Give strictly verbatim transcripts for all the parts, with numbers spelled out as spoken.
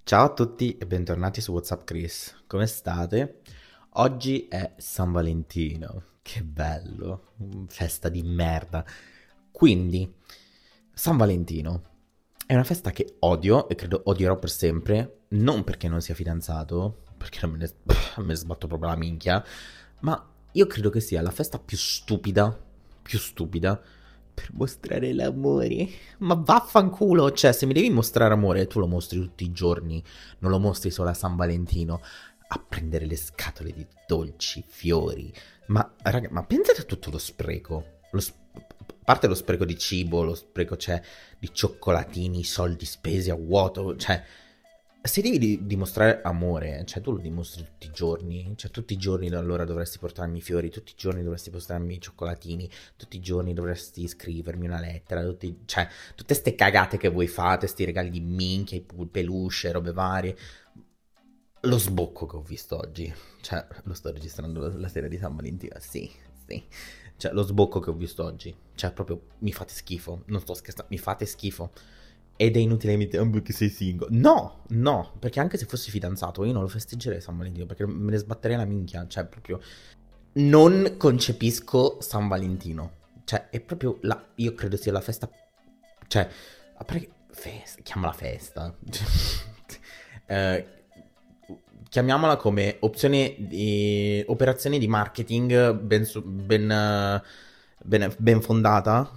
Ciao a tutti e bentornati su WhatsApp Chris. Come state? Oggi è San Valentino. Che bello, festa di merda. Quindi, San Valentino è una festa che odio e credo odierò per sempre, non perché non sia fidanzato, perché non me ne, me ne sbatto proprio la minchia, ma io credo che sia la festa più stupida, più stupida per mostrare l'amore. Ma vaffanculo, cioè se mi devi mostrare amore tu lo mostri tutti i giorni, non lo mostri solo a San Valentino, a prendere le scatole di dolci, fiori. Ma raga, ma pensate a tutto lo spreco. Lo sp- a parte lo spreco di cibo, lo spreco c'è di cioccolatini, soldi spesi a vuoto, cioè se devi di- dimostrare amore, cioè tu lo dimostri tutti i giorni, cioè tutti i giorni allora dovresti portarmi i fiori, tutti i giorni dovresti portarmi i cioccolatini, tutti i giorni dovresti scrivermi una lettera, tutti, cioè tutte ste cagate che voi fate, sti regali di minchia, i pu- peluche, robe varie. Lo sbocco che ho visto oggi, cioè lo sto registrando la, la sera di San Valentino, sì, sì. Cioè lo sbocco che ho visto oggi, cioè proprio mi fate schifo, non sto scherzando, mi fate schifo. Ed è inutile che mi dite, "Oh, perché sei single." No, no, perché anche se fossi fidanzato io non lo festeggerei San Valentino, perché me ne sbatterei la minchia, cioè proprio non concepisco San Valentino. Cioè è proprio la, io credo sia la festa, cioè, a parte che festa, chiamala festa. eh, Chiamiamola come opzione di operazione di marketing ben, su- ben, eh, ben, ben fondata.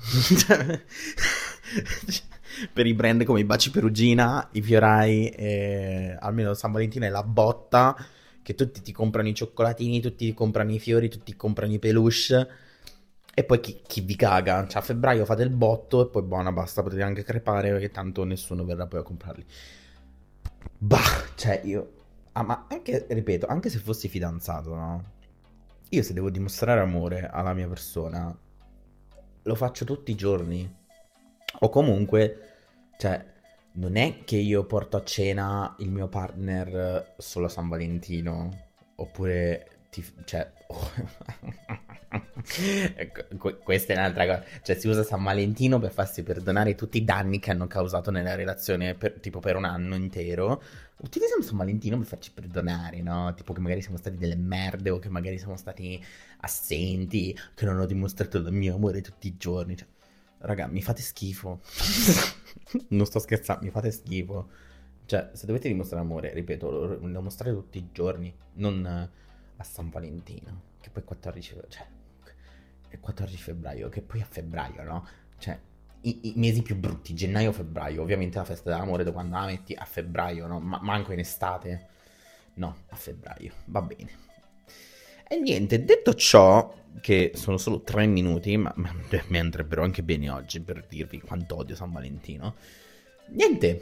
Per i brand come i Baci Perugina, i Fiorai, e almeno San Valentino è la botta che tutti ti comprano i cioccolatini, tutti ti comprano i fiori, tutti ti comprano i peluche e poi chi, chi vi caga? Cioè a febbraio fate il botto e poi buona, basta, potete anche crepare perché tanto nessuno verrà poi a comprarli. Bah, cioè io... Ah, ma anche, ripeto, anche se fossi fidanzato, no? Io se devo dimostrare amore alla mia persona, lo faccio tutti i giorni. O comunque, cioè, non è che io porto a cena il mio partner solo a San Valentino, oppure, ti, cioè, Ecco, questa è un'altra cosa, cioè si usa San Valentino per farsi perdonare tutti i danni che hanno causato nella relazione, per- tipo per un anno intero. Utilizziamo San Valentino per farci perdonare, no? Tipo che magari siamo stati delle merde o che magari siamo stati assenti, che non ho dimostrato il mio amore tutti i giorni, cioè... Raga, mi fate schifo. Non sto scherzando, mi fate schifo. Cioè, se dovete dimostrare amore, ripeto, lo, lo dimostrate tutti i giorni, non eh, a San Valentino, che poi è quattordici, cioè, è quattordici febbraio, che poi a febbraio, no? Cioè, i, i mesi più brutti, gennaio-febbraio, ovviamente la festa dell'amore da quando la metti a febbraio, no? Ma manco in estate, no, a febbraio, va bene. E niente, detto ciò, che sono solo tre minuti, ma, ma mi andrebbero anche bene oggi per dirvi quanto odio San Valentino. Niente.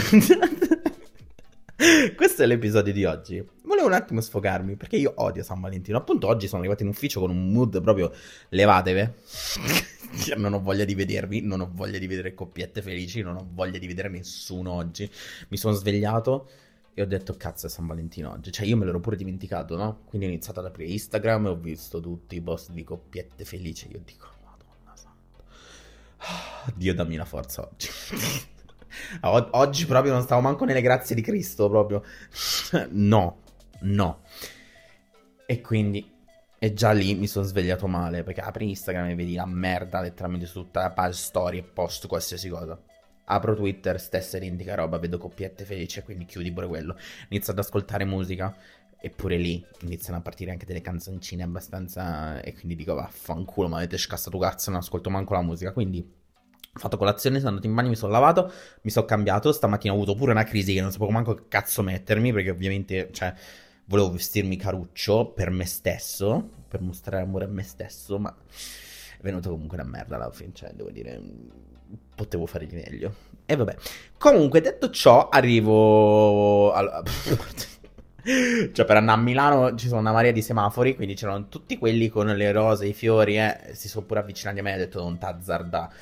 Questo è l'episodio di oggi. Volevo un attimo sfogarmi perché io odio San Valentino. Appunto, oggi sono arrivato in ufficio con un mood proprio levatevi. Non ho voglia di vedervi, non ho voglia di vedere coppiette felici, non ho voglia di vedere nessuno oggi. Mi sono svegliato e ho detto cazzo è San Valentino oggi. Cioè io me l'ero pure dimenticato, no? Quindi ho iniziato ad aprire Instagram e ho visto tutti i post di coppiette felici. Io dico, Madonna santa. Ah, Dio dammi la forza oggi. O- oggi proprio non stavo manco nelle grazie di Cristo, proprio. No, no. E quindi... E già lì mi sono svegliato male, perché apri Instagram e vedi la merda letteralmente su tutta la page story, post, qualsiasi cosa. Apro Twitter, stessa identica roba, vedo coppiette felici e quindi chiudi pure quello. Inizio ad ascoltare musica, eppure lì iniziano a partire anche delle canzoncine abbastanza... E quindi dico vaffanculo, ma avete scassato cazzo, non ascolto manco la musica. Quindi ho fatto colazione, sono andato in bagno, mi sono lavato, mi sono cambiato. Stamattina ho avuto pure una crisi che non sapevo manco che cazzo mettermi, perché ovviamente, cioè, volevo vestirmi caruccio per me stesso, per mostrare amore a me stesso, ma è venuto comunque una merda l'outfit, cioè, devo dire, potevo fare di meglio. E vabbè. Comunque, detto ciò, arrivo... Allora... Cioè, per andare a Milano ci sono una marea di semafori, quindi c'erano tutti quelli con le rose, i fiori, eh. Si sono pure avvicinati a me e hanno detto non t'azzarda.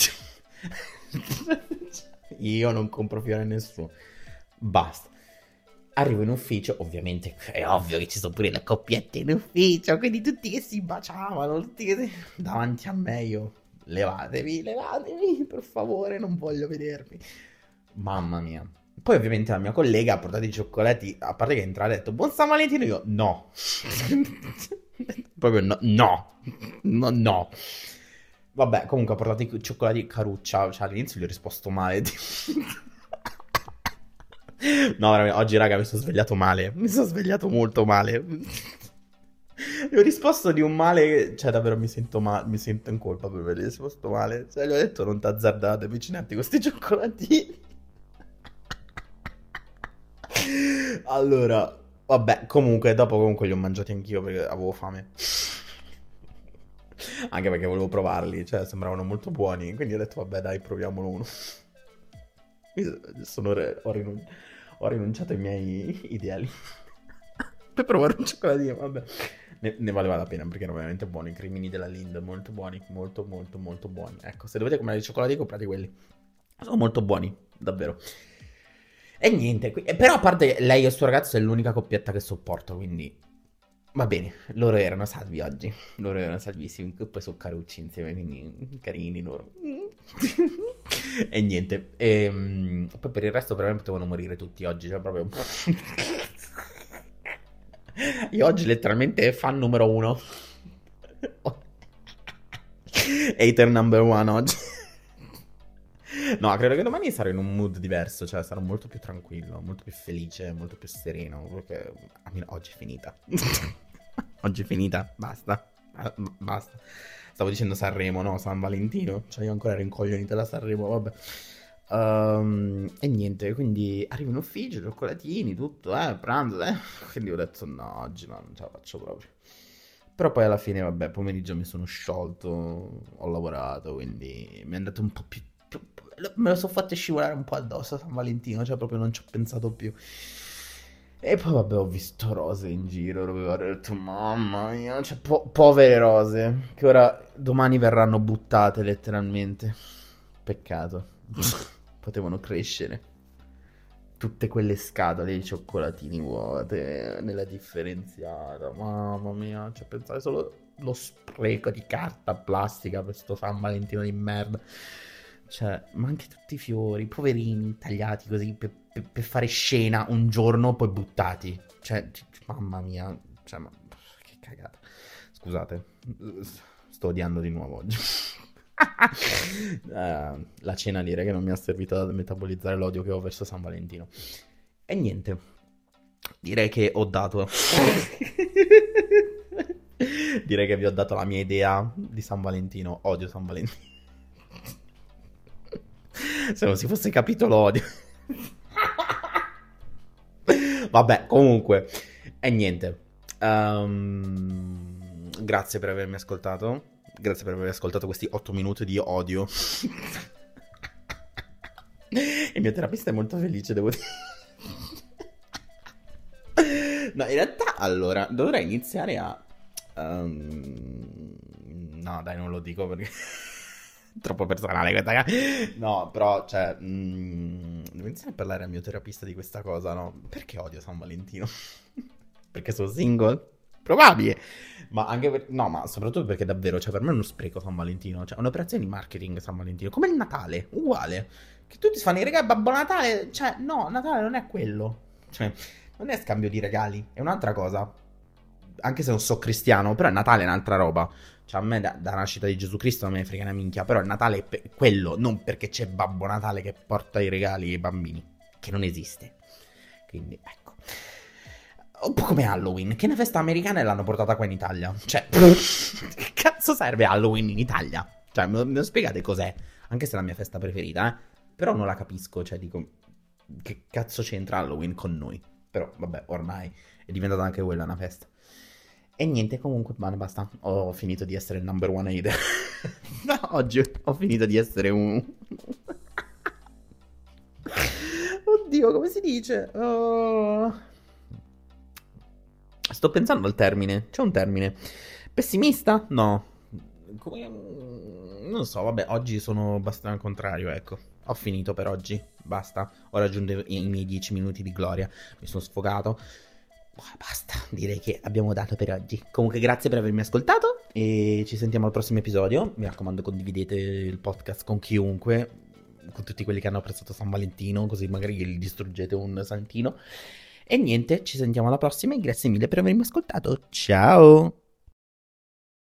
Io non compro fiori a nessuno. Basta. Arrivo in ufficio, ovviamente è ovvio che ci sono pure le coppiette in ufficio, quindi tutti che si baciavano, tutti che... davanti a me io, levatevi, levatevi, per favore, non voglio vedervi. Mamma mia, Poi ovviamente la mia collega ha portato i cioccolati, a parte che entra e ha detto buon San Valentino, io no. Proprio no, no, no, no. Vabbè, comunque ha portato i cioccolati Caruccia, cioè all'inizio gli ho risposto male. No, veramente, oggi raga mi sono svegliato male, mi sono svegliato molto male. Gli ho risposto di un male, cioè davvero mi sento, ma- mi sento in colpa per aver risposto male. Cioè gli ho detto non t'azzardate, avvicinarti con questi cioccolatini. Allora, vabbè, comunque, dopo comunque li ho mangiati anch'io perché avevo fame. Anche perché volevo provarli, cioè sembravano molto buoni, quindi ho detto vabbè dai, proviamolo uno. Io sono re- ho, rinun- ho rinunciato ai miei ideali per provare un cioccolatino, vabbè. Ne, ne valeva la pena perché erano veramente buoni, i crimini della Lind, molto buoni, molto molto molto buoni. Ecco, se dovete comprare i cioccolati comprate quelli. Sono molto buoni, davvero. E niente, qui- però a parte lei e il suo ragazzo è l'unica coppietta che sopporto, quindi va bene, loro erano salvi oggi, loro erano salvissimi, e poi sono carucci insieme, quindi carini loro. E niente, e, poi per il resto veramente potevano morire tutti oggi, cioè proprio... Io oggi letteralmente fan numero uno. Hater number one oggi. No, credo che domani sarò in un mood diverso, cioè sarò molto più tranquillo, molto più felice, molto più sereno, perché almeno oggi è finita. Oggi è finita, basta, ah, b- basta. Stavo dicendo Sanremo, no? San Valentino, cioè io ancora ero incoglionita da Sanremo, vabbè. Ehm, e niente, quindi arrivo in ufficio, cioccolatini, tutto, eh, pranzo, eh. Quindi ho detto no, oggi no, non ce la faccio proprio. Però poi alla fine, vabbè, pomeriggio mi sono sciolto, ho lavorato, quindi mi è andato un po' più... più- me lo sono fatto scivolare un po' addosso a San Valentino, cioè proprio non ci ho pensato più. E poi vabbè ho visto rose in giro, proprio ho detto mamma mia, cioè po- povere rose, che ora domani verranno buttate letteralmente. Peccato, potevano crescere. Tutte quelle scatole di cioccolatini vuote nella differenziata, mamma mia, cioè pensare solo lo spreco di carta plastica per sto San Valentino di merda. Cioè, ma anche tutti i fiori, poverini, tagliati così per, per- per fare scena un giorno, poi buttati. Cioè, c- c- mamma mia, cioè, ma che cagata. Scusate, sto odiando di nuovo oggi. Eh, la cena direi che non mi ha servito a metabolizzare l'odio che ho verso San Valentino. E niente, direi che ho dato. Direi che vi ho dato la mia idea di San Valentino. Odio San Valentino. Se non si fosse capito l'odio. Vabbè, comunque. E niente. Ehm, grazie per avermi ascoltato. Grazie per aver ascoltato questi otto minuti di odio. Il mio terapista è molto felice, devo dire. No, in realtà, allora, dovrei iniziare a... ehm, no, dai, non lo dico perché... Troppo personale questa cosa. No, però, cioè... mm, devo iniziare a parlare al mio terapista di questa cosa, no? Perché odio San Valentino? Perché sono single? Probabile. Ma anche per... No, ma soprattutto perché davvero, cioè per me è uno spreco San Valentino. Cioè, è un'operazione di marketing San Valentino. Come il Natale, uguale. Che tutti si fanno i regali, Babbo Natale. Cioè, no, Natale non è quello. Cioè, non è scambio di regali, è un'altra cosa. Anche se non so cristiano, però il Natale è un'altra roba. Cioè, a me da, da nascita di Gesù Cristo non me ne frega una minchia. Però il Natale è pe- quello, non perché c'è Babbo Natale che porta i regali ai bambini. Che non esiste. Quindi, ecco. Un po' come Halloween, che è una festa americana e l'hanno portata qua in Italia. Cioè, che cazzo serve Halloween in Italia? Cioè, me lo, me lo spiegate cos'è? Anche se è la mia festa preferita, eh. Però non la capisco, cioè, dico, che cazzo c'entra Halloween con noi? Però, vabbè, ormai è diventata anche quella una festa. E niente, comunque, bene, basta. Ho finito di essere il number one hater. Oggi ho finito di essere un... Oddio, come si dice? Oh... Sto pensando al termine. C'è un termine. Pessimista? No. Come... Non so, vabbè, oggi sono abbastanza al contrario, ecco. Ho finito per oggi, basta. Ho raggiunto i miei dieci minuti di gloria. Mi sono sfogato. Basta, direi che abbiamo dato per oggi. Comunque grazie per avermi ascoltato e ci sentiamo al prossimo episodio. Mi raccomando, condividete il podcast con chiunque. con tutti quelli che hanno apprezzato San Valentino, così magari gli distruggete un santino. E niente, ci sentiamo alla prossima e grazie mille per avermi ascoltato. Ciao!